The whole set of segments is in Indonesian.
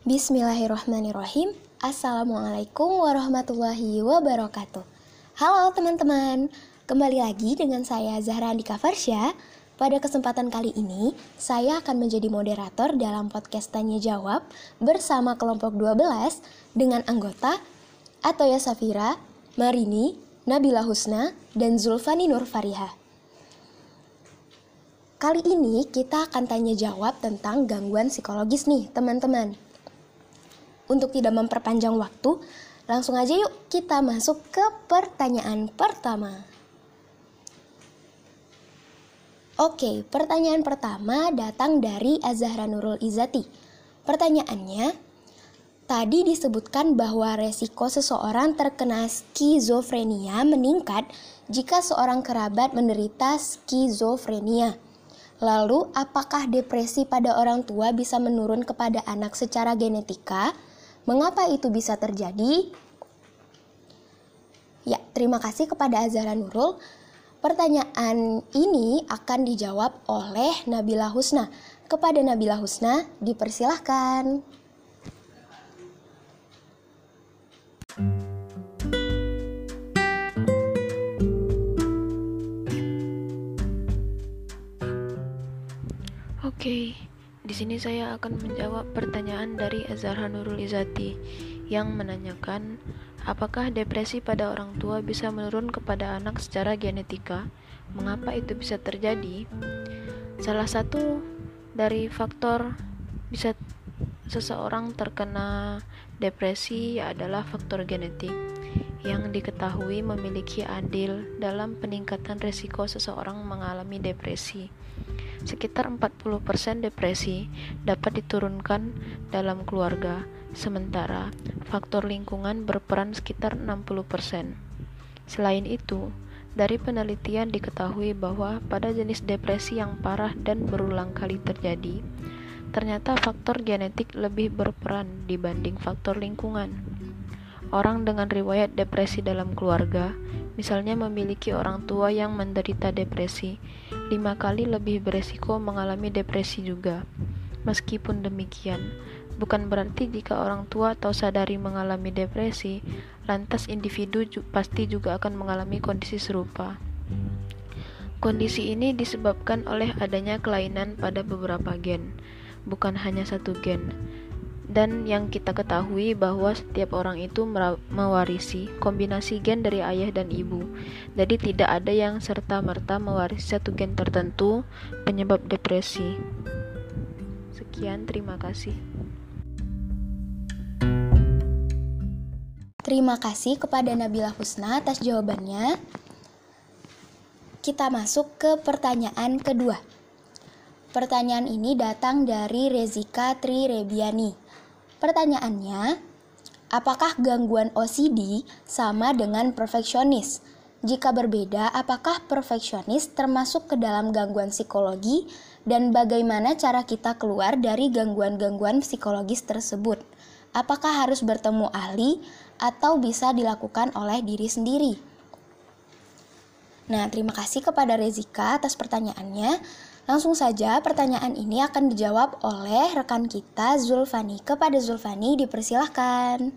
Bismillahirrahmanirrahim. Assalamualaikum warahmatullahi wabarakatuh. Halo teman-teman, kembali lagi dengan saya Zahra Andika Farsya. Pada kesempatan kali ini, saya akan menjadi moderator dalam podcast Tanya Jawab bersama kelompok 12 dengan anggota Atoya Safira, Marini, Nabila Husna, dan Zulfani Nur Fariha. Kali ini kita akan tanya jawab tentang gangguan psikologis nih teman-teman. Untuk tidak memperpanjang waktu, langsung aja yuk kita masuk ke pertanyaan pertama. Oke, pertanyaan pertama datang dari Azahra Nurul Izzati. Pertanyaannya, tadi disebutkan bahwa resiko seseorang terkena skizofrenia meningkat jika seorang kerabat menderita skizofrenia. Lalu, apakah depresi pada orang tua bisa menurun kepada anak secara genetika? Mengapa itu bisa terjadi? Ya, terima kasih kepada Azahra Nurul. Pertanyaan ini akan dijawab oleh Nabila Husna. Kepada Nabila Husna, dipersilahkan. Oke, di sini saya akan menjawab pertanyaan dari Azahra Nurul Izzati yang menanyakan, apakah depresi pada orang tua bisa menurun kepada anak secara genetika? Mengapa itu bisa terjadi? Salah satu dari faktor bisa seseorang terkena depresi adalah faktor genetik yang diketahui memiliki andil dalam peningkatan risiko seseorang mengalami depresi. Sekitar 40% depresi dapat diturunkan dalam keluarga, sementara faktor lingkungan berperan sekitar 60%. Selain itu, dari penelitian diketahui bahwa pada jenis depresi yang parah dan berulang kali terjadi, ternyata faktor genetik lebih berperan dibanding faktor lingkungan. Orang dengan riwayat depresi dalam keluarga, misalnya memiliki orang tua yang menderita depresi, 5 kali lebih beresiko mengalami depresi juga. Meskipun demikian, bukan berarti jika orang tua atau sadari mengalami depresi, lantas individu pasti juga akan mengalami kondisi serupa. Kondisi ini disebabkan oleh adanya kelainan pada beberapa gen, bukan hanya satu gen. Dan yang kita ketahui bahwa setiap orang itu mewarisi kombinasi gen dari ayah dan ibu. Jadi tidak ada yang serta-merta mewarisi satu gen tertentu penyebab depresi. Sekian, terima kasih. Terima kasih kepada Nabila Husna atas jawabannya. Kita masuk ke pertanyaan kedua. Pertanyaan ini datang dari Rezika Tri Rebiani. Pertanyaannya, apakah gangguan OCD sama dengan perfeksionis? Jika berbeda, apakah perfeksionis termasuk ke dalam gangguan psikologi? Dan bagaimana cara kita keluar dari gangguan-gangguan psikologis tersebut? Apakah harus bertemu ahli atau bisa dilakukan oleh diri sendiri? Nah, terima kasih kepada Rezika atas pertanyaannya. Langsung saja pertanyaan ini akan dijawab oleh rekan kita Zulfani. Kepada Zulfani dipersilahkan.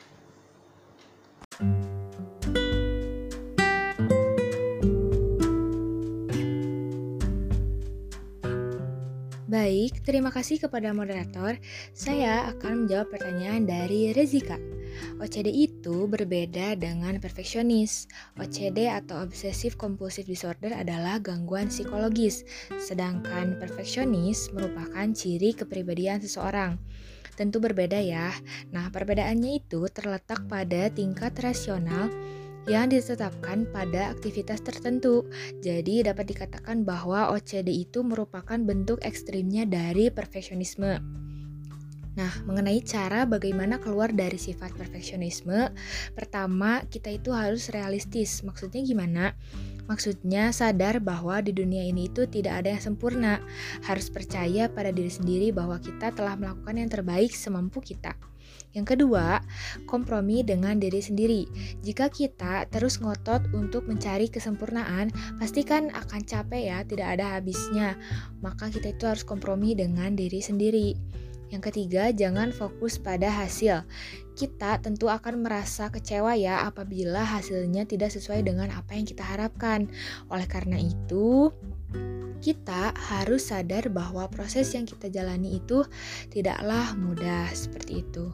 Baik, terima kasih kepada moderator. Saya akan menjawab pertanyaan dari Rezika. OCD itu berbeda dengan perfeksionis. OCD atau Obsessive Compulsive Disorder adalah gangguan psikologis, sedangkan perfeksionis merupakan ciri kepribadian seseorang. Tentu berbeda ya. Nah, perbedaannya itu terletak pada tingkat rasional yang ditetapkan pada aktivitas tertentu. Jadi dapat dikatakan bahwa OCD itu merupakan bentuk ekstrimnya dari perfeksionisme. Nah, mengenai cara bagaimana keluar dari sifat perfeksionisme, pertama kita itu harus realistis. Maksudnya gimana? Maksudnya sadar bahwa di dunia ini itu tidak ada yang sempurna. Harus percaya pada diri sendiri bahwa kita telah melakukan yang terbaik semampu kita. Yang kedua, kompromi dengan diri sendiri. Jika kita terus ngotot untuk mencari kesempurnaan, pasti kan akan capek ya, tidak ada habisnya. Maka kita itu harus kompromi dengan diri sendiri. Yang ketiga, jangan fokus pada hasil. Kita tentu akan merasa kecewa ya apabila hasilnya tidak sesuai dengan apa yang kita harapkan. Oleh karena itu, kita harus sadar bahwa proses yang kita jalani itu tidaklah mudah seperti itu.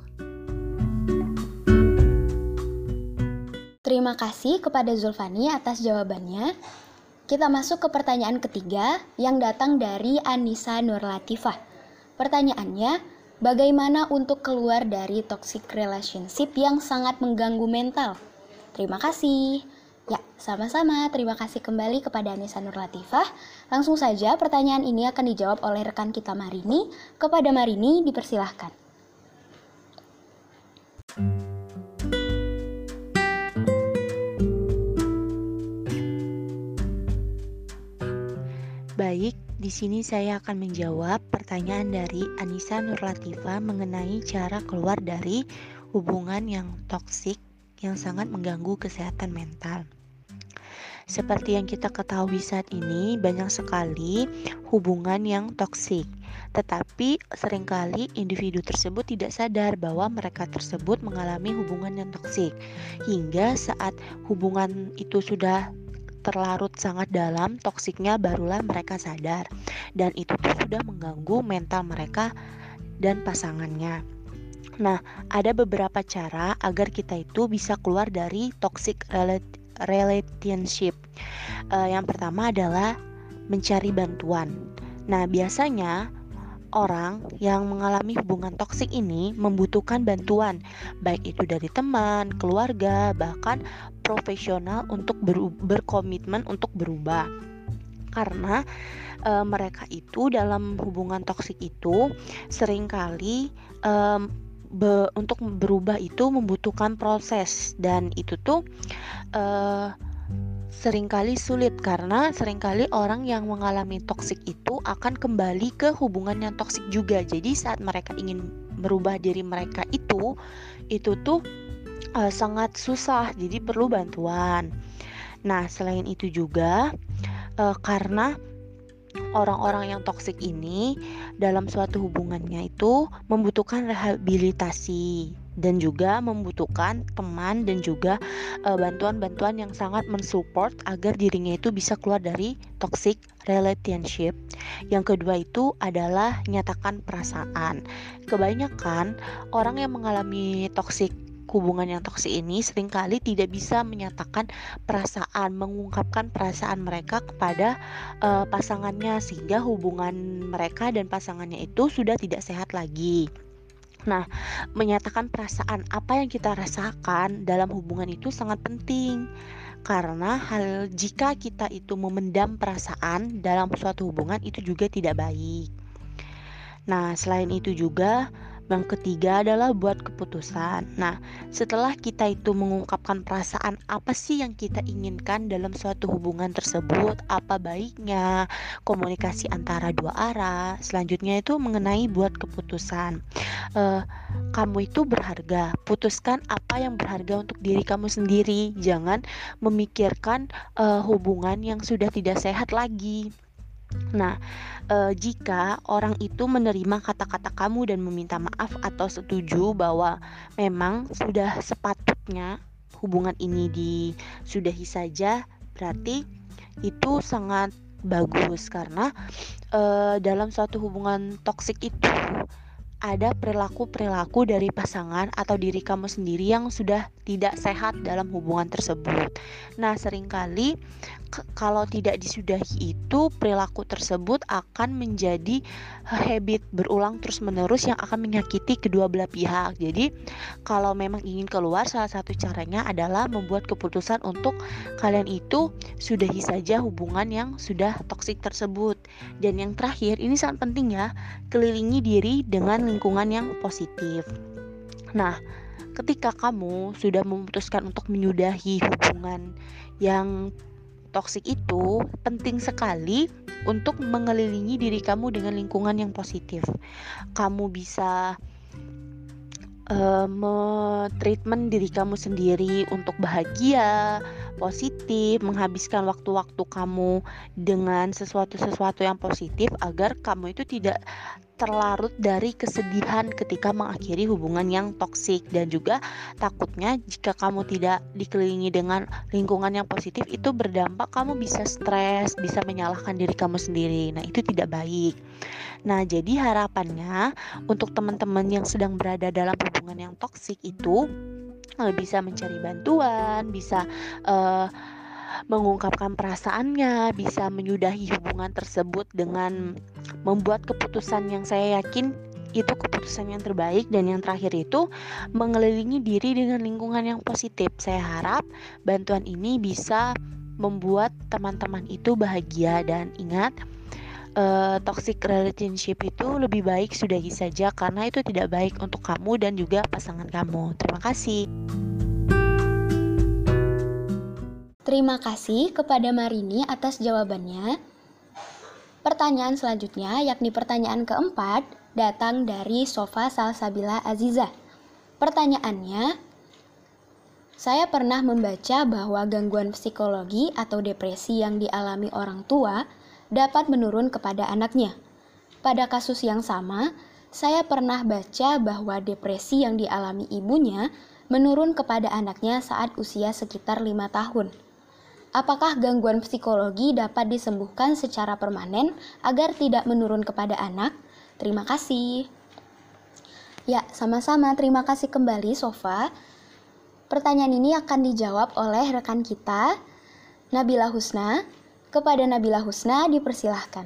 Terima kasih kepada Zulfani atas jawabannya. Kita masuk ke pertanyaan ketiga yang datang dari Anissa Nurlatifah. Pertanyaannya, bagaimana untuk keluar dari toxic relationship yang sangat mengganggu mental? Terima kasih. Ya, sama-sama. Terima kasih kembali kepada Anissa Nurlatifah. Langsung saja pertanyaan ini akan dijawab oleh rekan kita Marini. Kepada Marini, dipersilahkan. Baik, di sini saya akan menjawab pertanyaan dari Anissa Nurlatifah mengenai cara keluar dari hubungan yang toksik yang sangat mengganggu kesehatan mental. Seperti yang kita ketahui saat ini, banyak sekali hubungan yang toksik. Tetapi seringkali individu tersebut tidak sadar bahwa mereka tersebut mengalami hubungan yang toksik. Hingga saat hubungan itu sudah terlarut sangat dalam toksiknya, barulah mereka sadar, dan itu tuh sudah mengganggu mental mereka dan pasangannya. Nah, ada beberapa cara agar kita itu bisa keluar dari toxic relationship. Yang pertama adalah mencari bantuan. Nah, biasanya orang yang mengalami hubungan toksik ini membutuhkan bantuan, baik itu dari teman, keluarga, bahkan profesional untuk berkomitmen untuk berubah. Karena mereka itu dalam hubungan toksik itu seringkali untuk berubah itu membutuhkan proses, dan itu tuh seringkali sulit karena seringkali orang yang mengalami toksik itu akan kembali ke hubungan yang toksik juga. Jadi saat mereka ingin merubah diri mereka itu tuh sangat susah, jadi perlu bantuan. Nah, selain itu juga karena orang-orang yang toksik ini dalam suatu hubungannya itu membutuhkan rehabilitasi dan juga membutuhkan teman dan juga bantuan-bantuan yang sangat mensupport agar dirinya itu bisa keluar dari toxic relationship. Yang kedua itu adalah nyatakan perasaan. Kebanyakan orang yang mengalami hubungan yang toksik ini seringkali tidak bisa menyatakan perasaan, mengungkapkan perasaan mereka kepada pasangannya, sehingga hubungan mereka dan pasangannya itu sudah tidak sehat lagi. Nah, menyatakan perasaan apa yang kita rasakan dalam hubungan itu sangat penting, karena jika kita itu memendam perasaan dalam suatu hubungan itu juga tidak baik. Nah, selain itu juga yang ketiga adalah buat keputusan. Nah, setelah kita itu mengungkapkan perasaan apa sih yang kita inginkan dalam suatu hubungan tersebut, apa baiknya, komunikasi antara dua arah. Selanjutnya itu mengenai buat keputusan. Kamu itu berharga, putuskan apa yang berharga untuk diri kamu sendiri. Jangan memikirkan hubungan yang sudah tidak sehat lagi. Nah, jika orang itu menerima kata-kata kamu dan meminta maaf atau setuju bahwa memang sudah sepatutnya hubungan ini disudahi saja, berarti itu sangat bagus, karena dalam suatu hubungan toksik itu ada perilaku-perilaku dari pasangan atau diri kamu sendiri yang sudah tidak sehat dalam hubungan tersebut. Nah, seringkali kalau tidak disudahi itu perilaku tersebut akan menjadi habit berulang terus-menerus yang akan menyakiti kedua belah pihak. Jadi, kalau memang ingin keluar, salah satu caranya adalah membuat keputusan untuk kalian itu sudahi saja hubungan yang sudah toksik tersebut. Dan yang terakhir, ini sangat penting ya, kelilingi diri dengan lingkungan yang positif. Nah, ketika kamu sudah memutuskan untuk menyudahi hubungan yang toksik itu, penting sekali untuk mengelilingi diri kamu dengan lingkungan yang positif. Kamu bisa treatment diri kamu sendiri untuk bahagia, positif, menghabiskan waktu-waktu kamu dengan sesuatu yang positif agar kamu itu tidak terlarut dari kesedihan ketika mengakhiri hubungan yang toksik. Dan juga takutnya jika kamu tidak dikelilingi dengan lingkungan yang positif, itu berdampak kamu bisa stres, bisa menyalahkan diri kamu sendiri. Nah, itu tidak baik. Nah, jadi harapannya untuk teman-teman yang sedang berada dalam hubungan yang toksik itu bisa mencari bantuan, bisa mengungkapkan perasaannya, bisa menyudahi hubungan tersebut dengan membuat keputusan yang saya yakin itu keputusan yang terbaik. Dan yang terakhir itu mengelilingi diri dengan lingkungan yang positif. Saya harap bantuan ini bisa membuat teman-teman itu bahagia. Dan ingat, toxic relationship itu lebih baik sudahi saja, karena itu tidak baik untuk kamu dan juga pasangan kamu. Terima kasih. Terima kasih kepada Marini atas jawabannya. Pertanyaan selanjutnya, yakni pertanyaan keempat, datang dari Sofa Salsabila Aziza. Pertanyaannya, saya pernah membaca bahwa gangguan psikologi atau depresi yang dialami orang tua dapat menurun kepada anaknya. Pada kasus yang sama, saya pernah baca bahwa depresi yang dialami ibunya menurun kepada anaknya saat usia sekitar 5 tahun. Apakah gangguan psikologi dapat disembuhkan secara permanen agar tidak menurun kepada anak? Terima kasih. Ya, sama-sama. Terima kasih kembali, Sofa. Pertanyaan ini akan dijawab oleh rekan kita, Nabila Husna. Kepada Nabila Husna, dipersilahkan.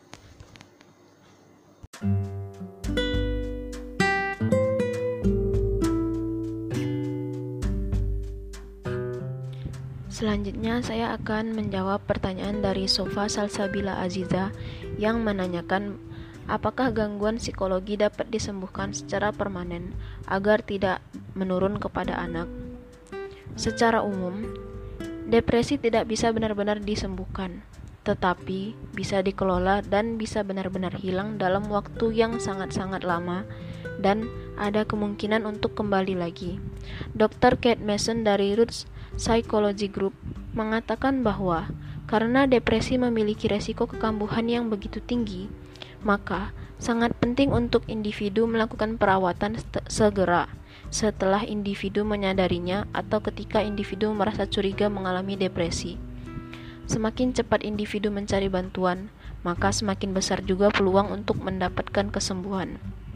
Selanjutnya saya akan menjawab pertanyaan dari Sofa Salsabila Aziza yang menanyakan apakah gangguan psikologi dapat disembuhkan secara permanen agar tidak menurun kepada anak. Secara umum, depresi tidak bisa benar-benar disembuhkan, tetapi bisa dikelola dan bisa benar-benar hilang dalam waktu yang sangat-sangat lama dan ada kemungkinan untuk kembali lagi. Dr. Kate Mason dari Roots Psychology Group mengatakan bahwa karena depresi memiliki resiko kekambuhan yang begitu tinggi, maka sangat penting untuk individu melakukan perawatan segera setelah individu menyadarinya atau ketika individu merasa curiga mengalami depresi. Semakin cepat individu mencari bantuan, maka semakin besar juga peluang untuk mendapatkan kesembuhan.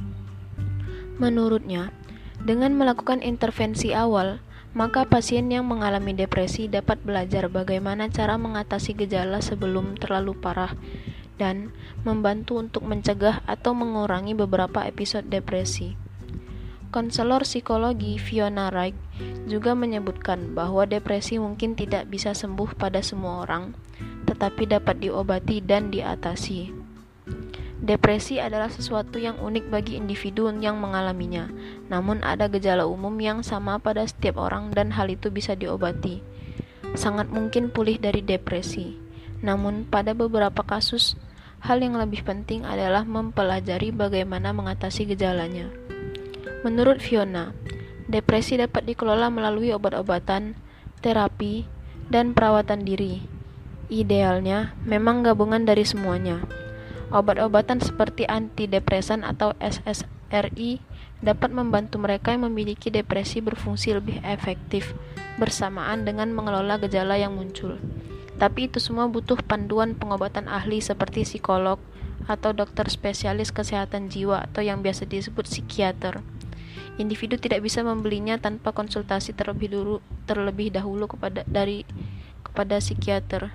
Menurutnya, dengan melakukan intervensi awal, maka pasien yang mengalami depresi dapat belajar bagaimana cara mengatasi gejala sebelum terlalu parah dan membantu untuk mencegah atau mengurangi beberapa episode depresi. Konselor psikologi Fiona Wright juga menyebutkan bahwa depresi mungkin tidak bisa sembuh pada semua orang, tetapi dapat diobati dan diatasi. Depresi adalah sesuatu yang unik bagi individu yang mengalaminya, namun ada gejala umum yang sama pada setiap orang dan hal itu bisa diobati. Sangat mungkin pulih dari depresi, namun pada beberapa kasus, hal yang lebih penting adalah mempelajari bagaimana mengatasi gejalanya. Menurut Fiona, depresi dapat dikelola melalui obat-obatan, terapi, dan perawatan diri. Idealnya, memang gabungan dari semuanya. Obat-obatan seperti antidepresan atau SSRI dapat membantu mereka yang memiliki depresi berfungsi lebih efektif bersamaan dengan mengelola gejala yang muncul. Tapi itu semua butuh panduan pengobatan ahli seperti psikolog atau dokter spesialis kesehatan jiwa atau yang biasa disebut psikiater. Individu tidak bisa membelinya tanpa konsultasi terlebih dahulu kepada psikiater.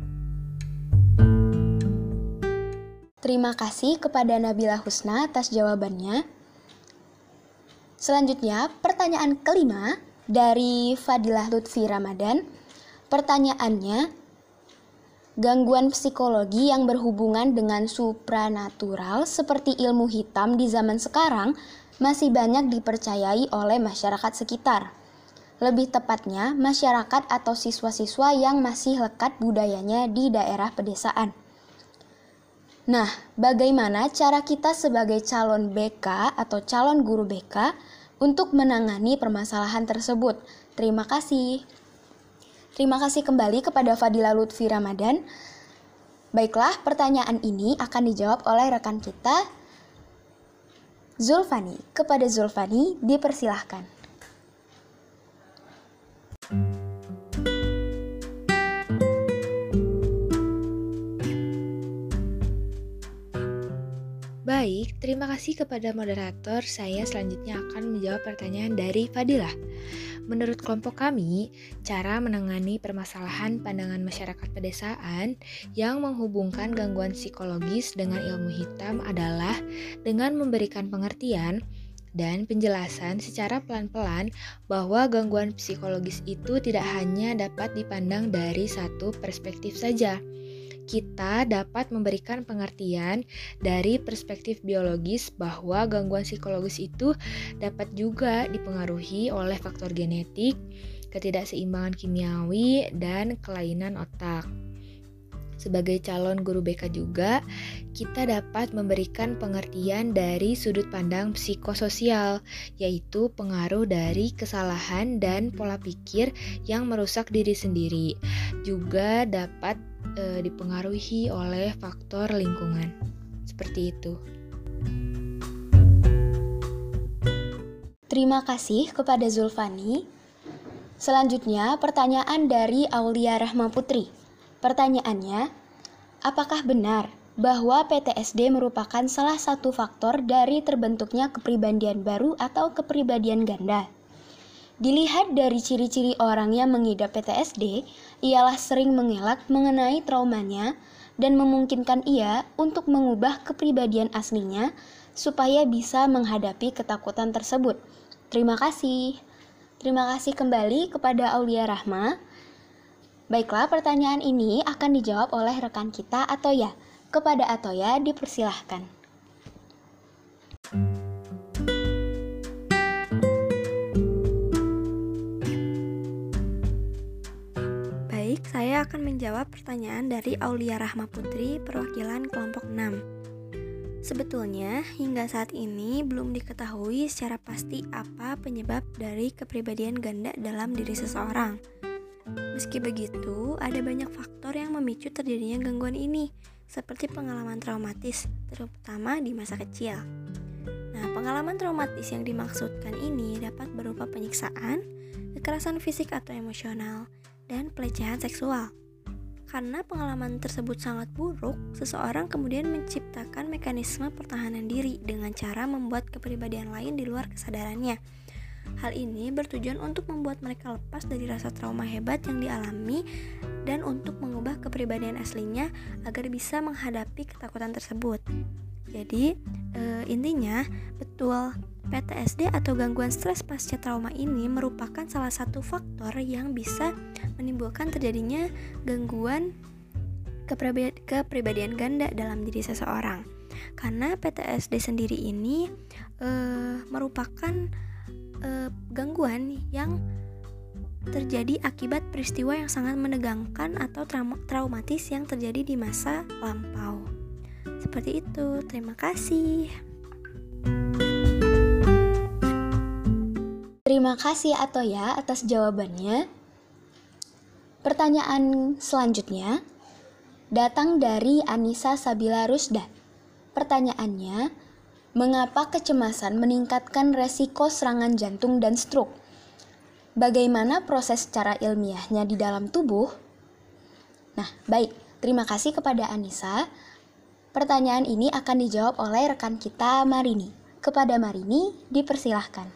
Terima kasih kepada Nabila Husna atas jawabannya. Selanjutnya, pertanyaan kelima dari Fadilah Lutfi Ramadan. Pertanyaannya, gangguan psikologi yang berhubungan dengan supranatural seperti ilmu hitam di zaman sekarang masih banyak dipercayai oleh masyarakat sekitar. Lebih tepatnya, masyarakat atau siswa-siswa yang masih lekat budayanya di daerah pedesaan. Nah, bagaimana cara kita sebagai calon BK atau calon guru BK untuk menangani permasalahan tersebut? Terima kasih. Terima kasih kembali kepada Fadilah Lutfi Ramadan. Baiklah, pertanyaan ini akan dijawab oleh rekan kita, Zulfani. Kepada Zulfani dipersilahkan. Baik, terima kasih kepada moderator. Saya selanjutnya akan menjawab pertanyaan dari Fadilah. Menurut kelompok kami, cara menangani permasalahan pandangan masyarakat pedesaan yang menghubungkan gangguan psikologis dengan ilmu hitam adalah dengan memberikan pengertian dan penjelasan secara pelan-pelan bahwa gangguan psikologis itu tidak hanya dapat dipandang dari satu perspektif saja. Kita dapat memberikan pengertian dari perspektif biologis bahwa gangguan psikologis itu dapat juga dipengaruhi oleh faktor genetik, ketidakseimbangan kimiawi, dan kelainan otak. Sebagai calon guru BK juga, kita dapat memberikan pengertian dari sudut pandang psikososial, yaitu pengaruh dari kesalahan dan pola pikir yang merusak diri sendiri. Juga dapat dipengaruhi oleh faktor lingkungan. Seperti itu. Terima kasih kepada Zulfani. Selanjutnya, pertanyaan dari Aulia Rahma Putri. Pertanyaannya, apakah benar bahwa PTSD merupakan salah satu faktor dari terbentuknya kepribadian baru atau kepribadian ganda? Dilihat dari ciri-ciri orang yang mengidap PTSD, ialah sering mengelak mengenai traumanya dan memungkinkan ia untuk mengubah kepribadian aslinya supaya bisa menghadapi ketakutan tersebut. Terima kasih. Terima kasih kembali kepada Aulia Rahma. Baiklah, pertanyaan ini akan dijawab oleh rekan kita Atoya. Kepada Atoya dipersilahkan. Baik, saya akan menjawab pertanyaan dari Aulia Rahma Putri, perwakilan kelompok 6. Sebetulnya, hingga saat ini belum diketahui secara pasti apa penyebab dari kepribadian ganda dalam diri seseorang. Meski begitu, ada banyak faktor yang memicu terjadinya gangguan ini, seperti pengalaman traumatis, terutama di masa kecil. Nah, pengalaman traumatis yang dimaksudkan ini dapat berupa penyiksaan, kekerasan fisik atau emosional, dan pelecehan seksual. Karena pengalaman tersebut sangat buruk, seseorang kemudian menciptakan mekanisme pertahanan diri dengan cara membuat kepribadian lain di luar kesadarannya. Hal ini bertujuan untuk membuat mereka lepas dari rasa trauma hebat yang dialami dan untuk mengubah kepribadian aslinya agar bisa menghadapi ketakutan tersebut. Jadi, intinya betul, PTSD atau gangguan stres pasca trauma ini merupakan salah satu faktor yang bisa menimbulkan terjadinya gangguan kepribadian ganda dalam diri seseorang. Karena PTSD sendiri ini merupakan gangguan yang terjadi akibat peristiwa yang sangat menegangkan atau traumatis yang terjadi di masa lampau. Seperti itu, terima kasih. Terima kasih Atoya atas jawabannya. Pertanyaan selanjutnya datang dari Anissa Sabila Rusda. Pertanyaannya, mengapa kecemasan meningkatkan resiko serangan jantung dan stroke? Bagaimana proses secara ilmiahnya di dalam tubuh? Nah, baik. Terima kasih kepada Anissa. Pertanyaan ini akan dijawab oleh rekan kita Marini. Kepada Marini, dipersilahkan.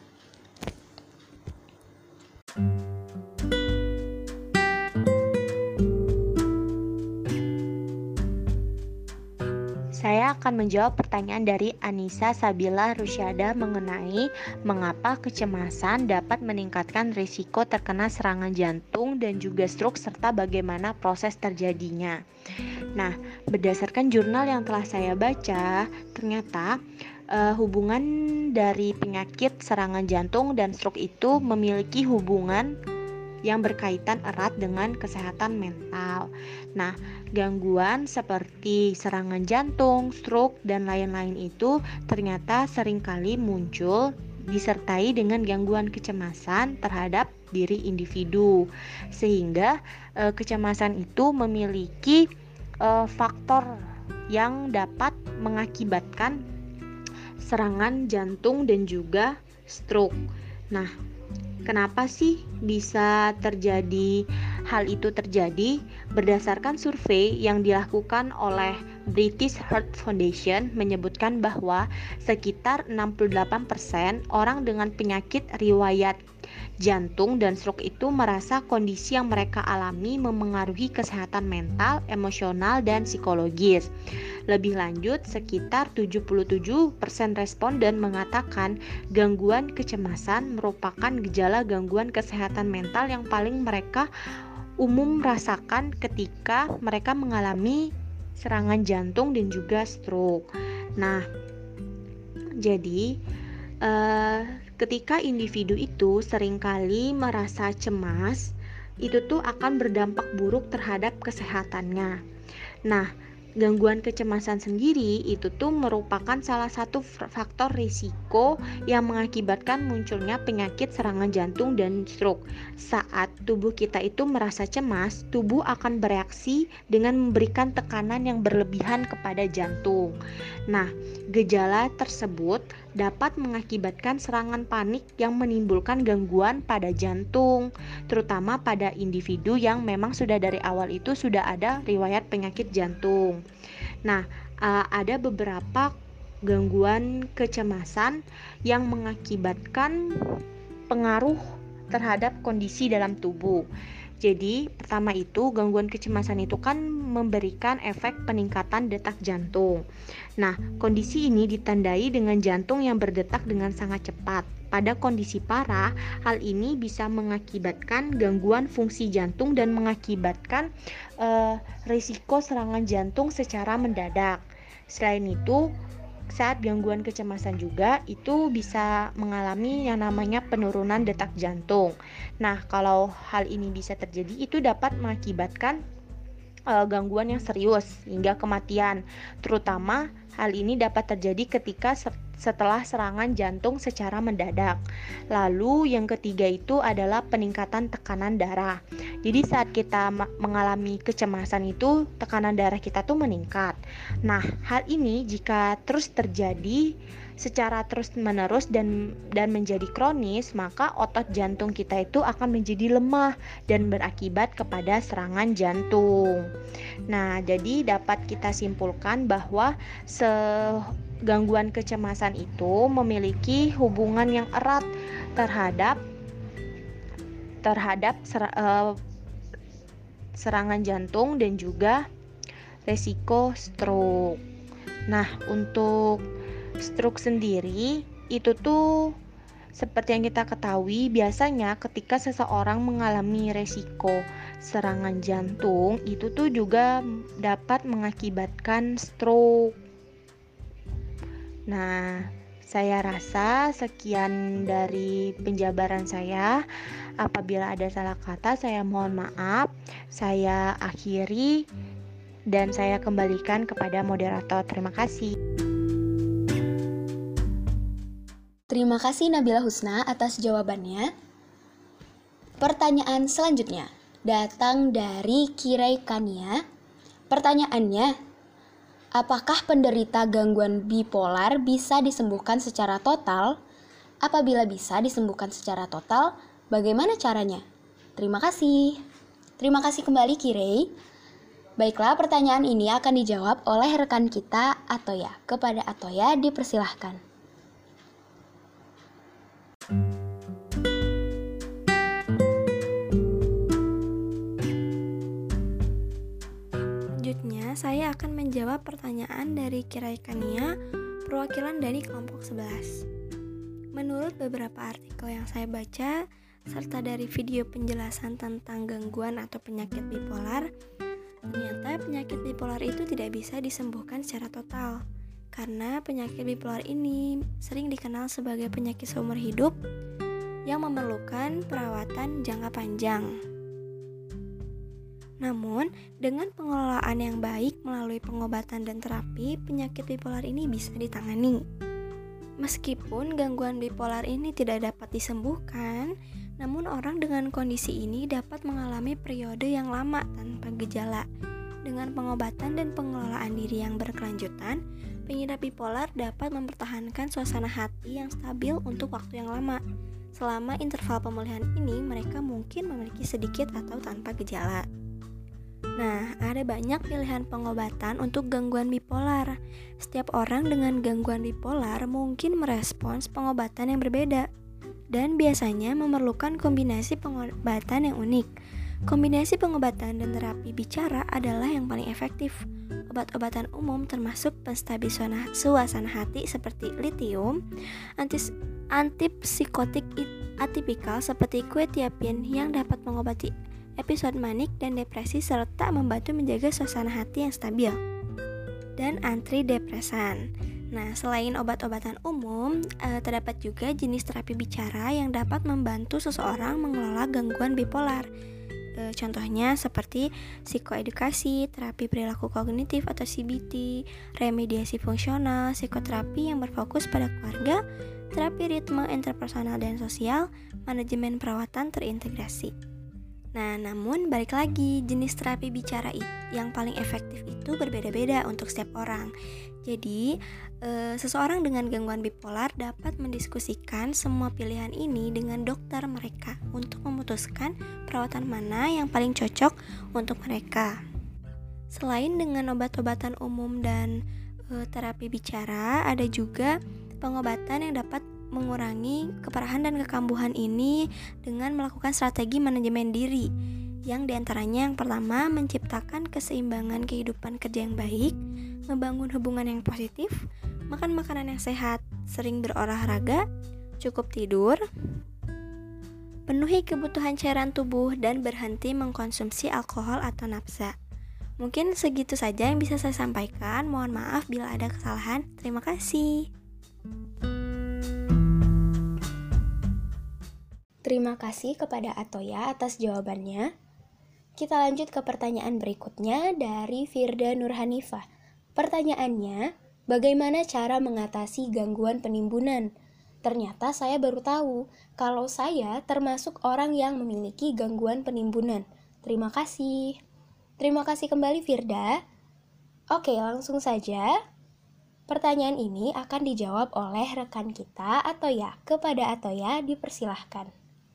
Saya akan menjawab pertanyaan dari Anissa Sabila Rusyada mengenai mengapa kecemasan dapat meningkatkan risiko terkena serangan jantung dan juga stroke serta bagaimana proses terjadinya. Nah, berdasarkan jurnal yang telah saya baca, ternyata hubungan dari penyakit serangan jantung dan stroke itu memiliki hubungan yang berkaitan erat dengan kesehatan mental. Nah, gangguan seperti serangan jantung, stroke, dan lain-lain itu ternyata seringkali muncul disertai dengan gangguan kecemasan terhadap diri individu. Sehingga kecemasan itu memiliki faktor yang dapat mengakibatkan serangan jantung dan juga stroke. Nah, kenapa sih bisa terjadi hal itu terjadi? Berdasarkan survei yang dilakukan oleh British Heart Foundation menyebutkan bahwa sekitar 68% orang dengan penyakit riwayat jantung dan stroke itu merasa kondisi yang mereka alami memengaruhi kesehatan mental, emosional, dan psikologis. Lebih lanjut, sekitar 77% responden mengatakan gangguan kecemasan merupakan gejala gangguan kesehatan mental yang paling mereka umum rasakan ketika mereka mengalami serangan jantung dan juga stroke. Nah, jadi ketika individu itu seringkali merasa cemas, itu tuh akan berdampak buruk terhadap kesehatannya. Nah, gangguan kecemasan sendiri itu tuh merupakan salah satu faktor risiko yang mengakibatkan munculnya penyakit serangan jantung dan stroke. Saat tubuh kita itu merasa cemas, tubuh akan bereaksi dengan memberikan tekanan yang berlebihan kepada jantung. Nah, gejala tersebut dapat mengakibatkan serangan panik yang menimbulkan gangguan pada jantung, terutama pada individu yang memang sudah dari awal itu sudah ada riwayat penyakit jantung. Nah, ada beberapa gangguan kecemasan yang mengakibatkan pengaruh terhadap kondisi dalam tubuh. Jadi, pertama itu gangguan kecemasan itu kan memberikan efek peningkatan detak jantung. Nah, kondisi ini ditandai dengan jantung yang berdetak dengan sangat cepat. Pada kondisi parah, hal ini bisa mengakibatkan gangguan fungsi jantung dan mengakibatkan risiko serangan jantung secara mendadak. Selain itu, saat gangguan kecemasan juga itu bisa mengalami yang namanya penurunan detak jantung. Nah, kalau hal ini bisa terjadi itu dapat mengakibatkan gangguan yang serius hingga kematian. Terutama hal ini dapat terjadi ketika setelah serangan jantung secara mendadak. Lalu yang ketiga itu adalah peningkatan tekanan darah. Jadi saat kita mengalami kecemasan itu tekanan darah kita tuh meningkat. Nah, hal ini jika terus terjadi secara terus-menerus dan menjadi kronis, maka otot jantung kita itu akan menjadi lemah dan berakibat kepada serangan jantung. Nah, jadi dapat kita simpulkan bahwa gangguan kecemasan itu memiliki hubungan yang erat terhadap serangan jantung dan juga resiko stroke. Nah, untuk stroke sendiri itu tuh seperti yang kita ketahui, biasanya ketika seseorang mengalami resiko serangan jantung itu tuh juga dapat mengakibatkan stroke. Nah, saya rasa sekian dari penjabaran saya. Apabila ada salah kata, saya mohon maaf. Saya akhiri dan saya kembalikan kepada moderator. Terima kasih. Terima kasih Nabila Husna atas jawabannya. Pertanyaan selanjutnya datang dari Kirai Kania. Pertanyaannya, apakah penderita gangguan bipolar bisa disembuhkan secara total? Apabila bisa disembuhkan secara total, bagaimana caranya? Terima kasih. Terima kasih kembali Kirai. Baiklah, pertanyaan ini akan dijawab oleh rekan kita Atoya. Kepada Atoya dipersilahkan. Selanjutnya, saya akan menjawab pertanyaan dari Kirai Kania, perwakilan dari kelompok 11. Menurut beberapa artikel yang saya baca, serta dari video penjelasan tentang gangguan atau penyakit bipolar, ternyata penyakit bipolar itu tidak bisa disembuhkan secara total. Karena penyakit bipolar ini sering dikenal sebagai penyakit seumur hidup yang memerlukan perawatan jangka panjang. Namun, dengan pengelolaan yang baik melalui pengobatan dan terapi, penyakit bipolar ini bisa ditangani. Meskipun gangguan bipolar ini tidak dapat disembuhkan, namun orang dengan kondisi ini dapat mengalami periode yang lama tanpa gejala. Dengan pengobatan dan pengelolaan diri yang berkelanjutan, Pengidap bipolar dapat mempertahankan suasana hati yang stabil untuk waktu yang lama. Selama interval pemulihan ini, mereka mungkin memiliki sedikit atau tanpa gejala. Nah, ada banyak pilihan pengobatan untuk gangguan bipolar. Setiap orang dengan gangguan bipolar mungkin merespons pengobatan yang berbeda dan biasanya memerlukan kombinasi pengobatan yang unik. Kombinasi pengobatan dan terapi bicara adalah yang paling efektif. Obat-obatan umum termasuk penstabil suasana hati seperti litium, antipsikotik atipikal seperti quetiapine yang dapat mengobati episode manik dan depresi serta membantu menjaga suasana hati yang stabil, dan antidepresan. Nah, selain obat-obatan umum, terdapat juga jenis terapi bicara yang dapat membantu seseorang mengelola gangguan bipolar. Contohnya seperti psikoedukasi, terapi perilaku kognitif atau CBT, remediasi fungsional, psikoterapi yang berfokus pada keluarga, terapi ritme interpersonal dan sosial, manajemen perawatan terintegrasi. Nah, namun balik lagi, jenis terapi bicara yang paling efektif itu berbeda-beda untuk setiap orang. Jadi, seseorang dengan gangguan bipolar dapat mendiskusikan semua pilihan ini dengan dokter mereka untuk memutuskan perawatan mana yang paling cocok untuk mereka. Selain dengan obat-obatan umum dan terapi bicara, ada juga pengobatan yang dapat mengurangi keparahan dan kekambuhan ini dengan melakukan strategi manajemen diri, yang diantaranya yang pertama menciptakan keseimbangan kehidupan kerja yang baik, membangun hubungan yang positif, makan makanan yang sehat, sering berolahraga, cukup tidur, penuhi kebutuhan cairan tubuh, dan berhenti mengkonsumsi alkohol atau nafsa. Mungkin segitu saja yang bisa saya sampaikan. Mohon maaf bila ada kesalahan. Terima kasih. Terima kasih kepada Atoya atas jawabannya. Kita lanjut ke pertanyaan berikutnya dari Firda Nurhanifah. Pertanyaannya, bagaimana cara mengatasi gangguan penimbunan? Ternyata saya baru tahu kalau saya termasuk orang yang memiliki gangguan penimbunan. Terima kasih. Terima kasih kembali Firda. Oke, langsung saja. Pertanyaan ini akan dijawab oleh rekan kita Atoya. Kepada Atoya dipersilahkan.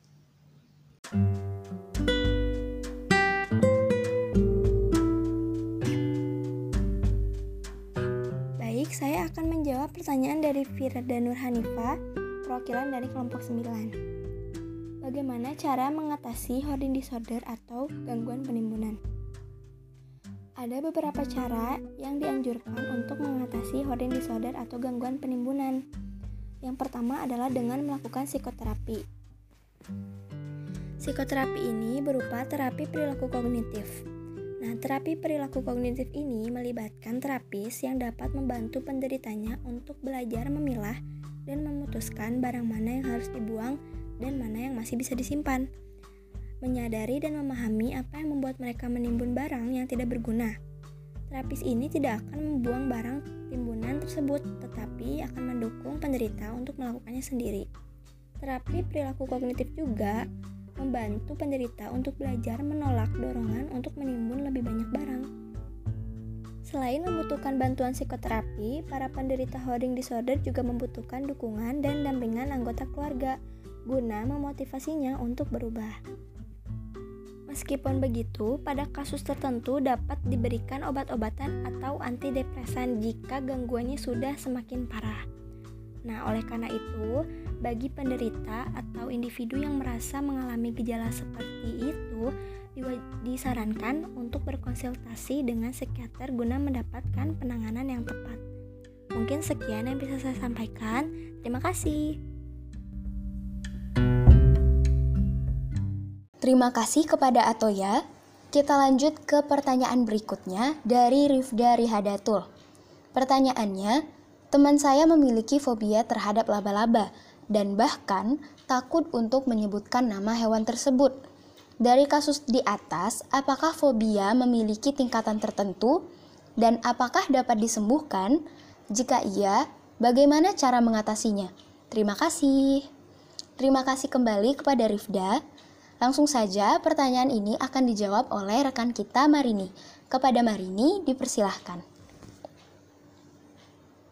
Baik, saya akan menjawab pertanyaan dari Firda Nurhanifah, perwakilan dari kelompok 9. Bagaimana cara mengatasi hoarding disorder atau gangguan penimbunan? Ada beberapa cara yang dianjurkan untuk mengatasi hoarding disorder atau gangguan penimbunan. Yang pertama adalah dengan melakukan psikoterapi. Psikoterapi ini berupa terapi perilaku kognitif. Nah, terapi perilaku kognitif ini melibatkan terapis yang dapat membantu penderitanya untuk belajar memilah dan memutuskan barang mana yang harus dibuang dan mana yang masih bisa disimpan. Menyadari dan memahami apa yang membuat mereka menimbun barang yang tidak berguna. Terapis ini tidak akan membuang barang timbunan tersebut, tetapi akan mendukung penderita untuk melakukannya sendiri. Terapi perilaku kognitif juga membantu penderita untuk belajar menolak dorongan untuk menimbun lebih banyak barang. Selain membutuhkan bantuan psikoterapi, para penderita hoarding disorder juga membutuhkan dukungan dan dampingan anggota keluarga guna memotivasinya untuk berubah. Meskipun begitu, pada kasus tertentu dapat diberikan obat-obatan atau antidepresan jika gangguannya sudah semakin parah. Nah, oleh karena itu, bagi penderita atau individu yang merasa mengalami gejala seperti itu, disarankan untuk berkonsultasi dengan psikiater guna mendapatkan penanganan yang tepat. Mungkin sekian yang bisa saya sampaikan. Terima kasih. Terima kasih kepada Atoya. Kita lanjut ke pertanyaan berikutnya dari Rifda Rihadatul. Pertanyaannya, teman saya memiliki fobia terhadap laba-laba dan bahkan takut untuk menyebutkan nama hewan tersebut. Dari kasus di atas, apakah fobia memiliki tingkatan tertentu dan apakah dapat disembuhkan? Jika iya, bagaimana cara mengatasinya? Terima kasih. Terima kasih kembali kepada Rifda. Langsung saja pertanyaan ini akan dijawab oleh rekan kita Marini. Kepada Marini dipersilahkan.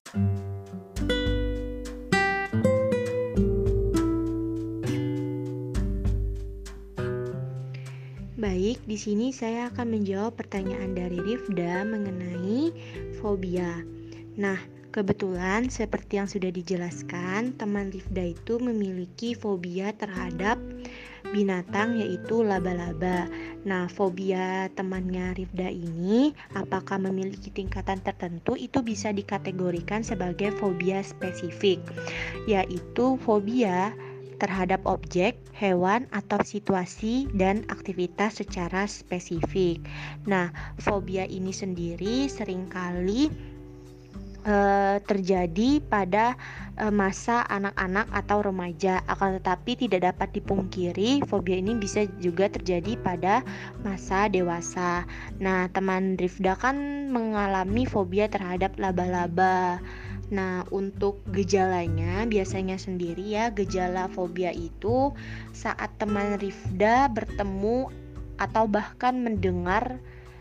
Baik, di sini saya akan menjawab pertanyaan dari Rifda mengenai fobia. Nah, kebetulan seperti yang sudah dijelaskan, teman Rifda itu memiliki fobia terhadap binatang yaitu laba-laba. Nah, fobia temannya Rifda ini apakah memiliki tingkatan tertentu itu bisa dikategorikan sebagai fobia spesifik, yaitu fobia terhadap objek, hewan, atau situasi dan aktivitas secara spesifik. Nah, fobia ini sendiri seringkali terjadi pada masa anak-anak atau remaja. Akan tetapi tidak dapat dipungkiri fobia ini bisa juga terjadi pada masa dewasa. Nah, teman Rifda kan mengalami fobia terhadap laba-laba. Nah, untuk gejalanya biasanya sendiri ya, gejala fobia itu saat teman Rifda bertemu atau bahkan mendengar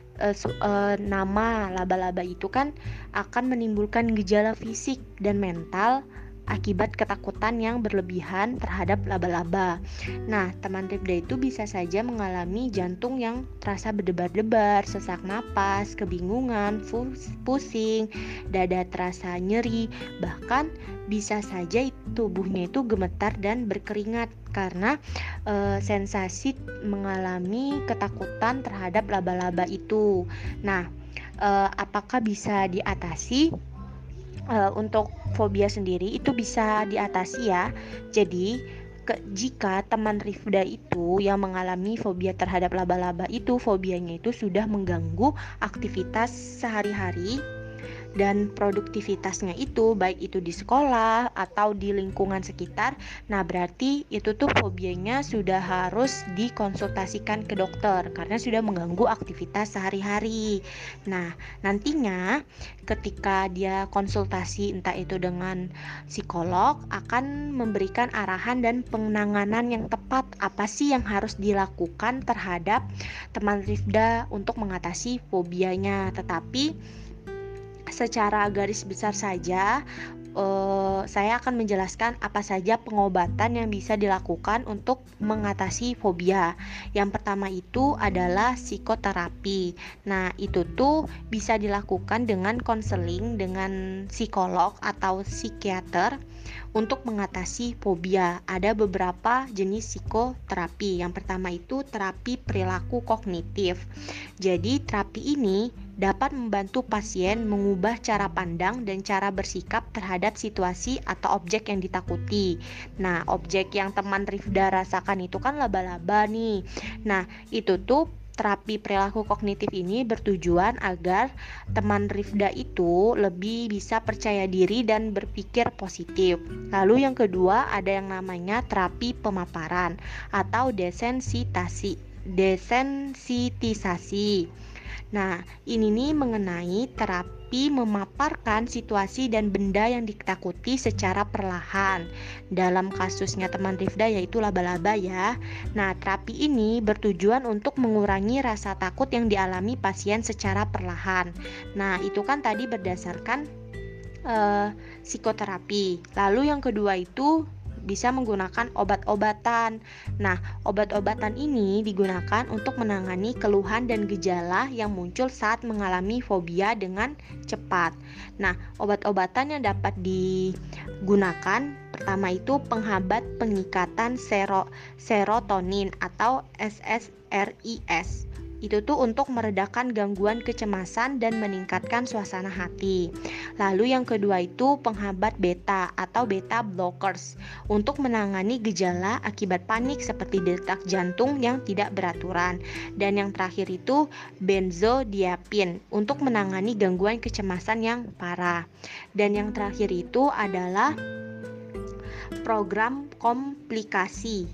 nama laba-laba itu kan akan menimbulkan gejala fisik dan mental akibat ketakutan yang berlebihan terhadap laba-laba. Nah, teman Rifda itu bisa saja mengalami jantung yang terasa berdebar-debar, sesak napas, kebingungan, pusing, dada terasa nyeri, bahkan bisa saja tubuhnya itu gemetar dan berkeringat karena sensasi mengalami ketakutan terhadap laba-laba itu. Nah, apakah bisa diatasi? Untuk fobia sendiri itu bisa diatasi ya. Jadi jika teman Rifda itu yang mengalami fobia terhadap laba-laba itu fobianya itu sudah mengganggu aktivitas sehari-hari dan produktivitasnya itu baik itu di sekolah atau di lingkungan sekitar, nah berarti itu tuh fobianya sudah harus dikonsultasikan ke dokter karena sudah mengganggu aktivitas sehari-hari. Nah, nantinya ketika dia konsultasi entah itu dengan psikolog akan memberikan arahan dan penanganan yang tepat apa sih yang harus dilakukan terhadap teman Rifda untuk mengatasi fobianya. Tetapi secara garis besar saja saya akan menjelaskan apa saja pengobatan yang bisa dilakukan untuk mengatasi fobia. Yang pertama itu adalah psikoterapi. Nah, itu tuh bisa dilakukan dengan konseling dengan psikolog atau psikiater untuk mengatasi fobia. Ada beberapa jenis psikoterapi. Yang pertama itu terapi perilaku kognitif. Jadi, terapi ini dapat membantu pasien mengubah cara pandang dan cara bersikap terhadap situasi atau objek yang ditakuti. Nah, objek yang teman Rifda rasakan itu kan laba-laba nih. Nah, itu tuh terapi perilaku kognitif ini bertujuan agar teman Rifda itu lebih bisa percaya diri dan berpikir positif. Lalu yang kedua ada yang namanya terapi pemaparan atau desensitisasi. Nah, ini nih mengenai terapi memaparkan situasi dan benda yang ditakuti secara perlahan. Dalam kasusnya teman Rifda yaitu laba-laba ya. Nah, terapi ini bertujuan untuk mengurangi rasa takut yang dialami pasien secara perlahan. Nah, itu kan tadi berdasarkan psikoterapi. Lalu yang kedua itu bisa menggunakan obat-obatan. Nah, obat-obatan ini digunakan untuk menangani keluhan dan gejala yang muncul saat mengalami fobia dengan cepat. Nah, obat-obatan yang dapat digunakan pertama itu penghambat pengikatan serotonin atau SSRIs. Itu tuh untuk meredakan gangguan kecemasan dan meningkatkan suasana hati. Lalu yang kedua itu penghambat beta atau beta blockers untuk menangani gejala akibat panik seperti detak jantung yang tidak beraturan. Dan yang terakhir itu benzodiazepin untuk menangani gangguan kecemasan yang parah. Dan yang terakhir itu adalah program komplikasi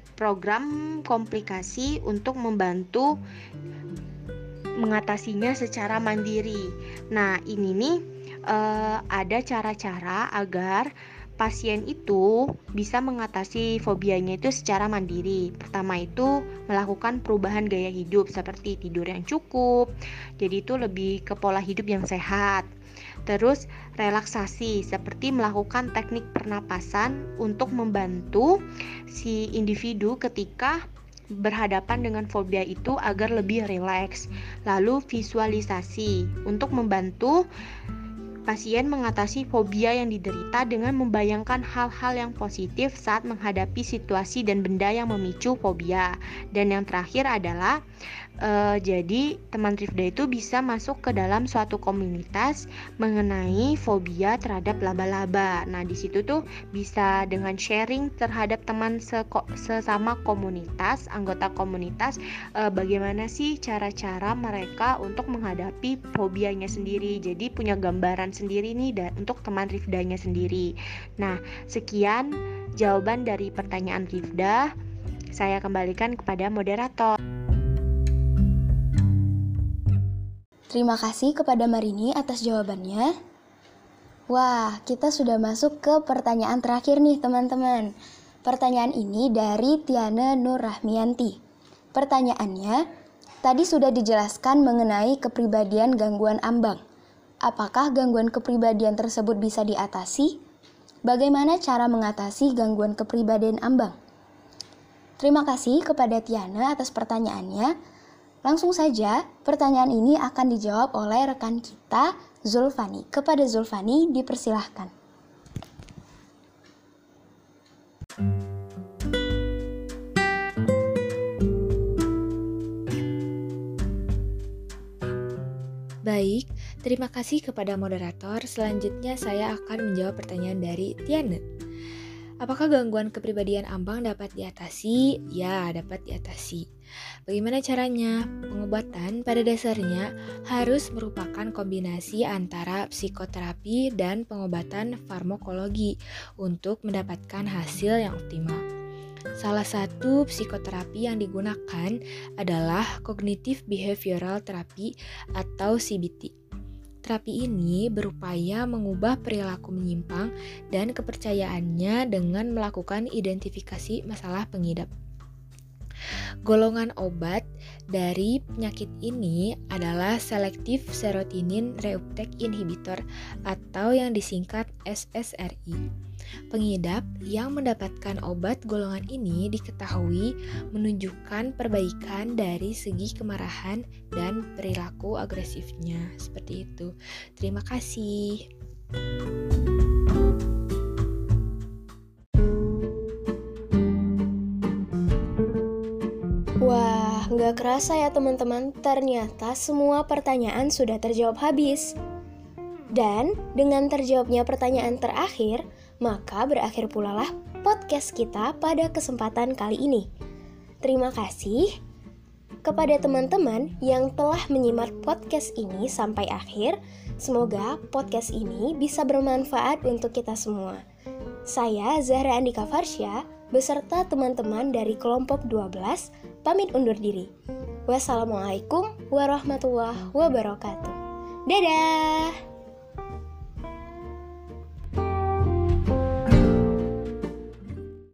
untuk membantu mengatasinya secara mandiri. Nah, ini nih ada cara-cara agar pasien itu bisa mengatasi fobianya itu secara mandiri. Pertama itu melakukan perubahan gaya hidup seperti tidur yang cukup. Jadi itu lebih ke pola hidup yang sehat. Terus relaksasi seperti melakukan teknik pernapasan untuk membantu si individu ketika berhadapan dengan fobia itu agar lebih rileks. Lalu visualisasi untuk membantu pasien mengatasi fobia yang diderita dengan membayangkan hal-hal yang positif saat menghadapi situasi dan benda yang memicu fobia. Dan yang terakhir adalah jadi teman Rifda itu bisa masuk ke dalam suatu komunitas mengenai fobia terhadap laba-laba. Nah, di situ tuh bisa dengan sharing terhadap teman sesama komunitas, anggota komunitas, bagaimana sih cara-cara mereka untuk menghadapi fobianya sendiri. Jadi punya gambaran sendiri nih untuk teman Rifdanya sendiri. Nah, sekian jawaban dari pertanyaan Rifda. Saya kembalikan kepada moderator. Terima kasih kepada Marini atas jawabannya. Wah, kita sudah masuk ke pertanyaan terakhir nih teman-teman. Pertanyaan ini dari Tiana Nur Rahmianti. Pertanyaannya, tadi sudah dijelaskan mengenai kepribadian gangguan ambang. Apakah gangguan kepribadian tersebut bisa diatasi? Bagaimana cara mengatasi gangguan kepribadian ambang? Terima kasih kepada Tiana atas pertanyaannya. Langsung saja, pertanyaan ini akan dijawab oleh rekan kita, Zulfani. Kepada Zulfani, dipersilahkan. Baik, terima kasih kepada moderator. Selanjutnya saya akan menjawab pertanyaan dari Tiana. Apakah gangguan kepribadian ambang dapat diatasi? Ya, dapat diatasi. Bagaimana caranya? Pengobatan pada dasarnya harus merupakan kombinasi antara psikoterapi dan pengobatan farmakologi untuk mendapatkan hasil yang optimal. Salah satu psikoterapi yang digunakan adalah Cognitive Behavioral Therapy atau CBT. Terapi ini berupaya mengubah perilaku menyimpang dan kepercayaannya dengan melakukan identifikasi masalah pengidap. Golongan obat dari penyakit ini adalah Selective Serotonin Reuptake Inhibitor atau yang disingkat SSRI. Pengidap yang mendapatkan obat golongan ini diketahui menunjukkan perbaikan dari segi kemarahan dan perilaku agresifnya. Seperti itu. Terima kasih. Wah, nggak kerasa ya teman-teman, ternyata semua pertanyaan sudah terjawab habis. Dan dengan terjawabnya pertanyaan terakhir, maka berakhir pula lah podcast kita pada kesempatan kali ini. Terima kasih kepada teman-teman yang telah menyimak podcast ini sampai akhir. Semoga podcast ini bisa bermanfaat untuk kita semua. Saya Zahra Andika Farsya beserta teman-teman dari kelompok 12 pamit undur diri. Wassalamualaikum warahmatullahi wabarakatuh. Dadah!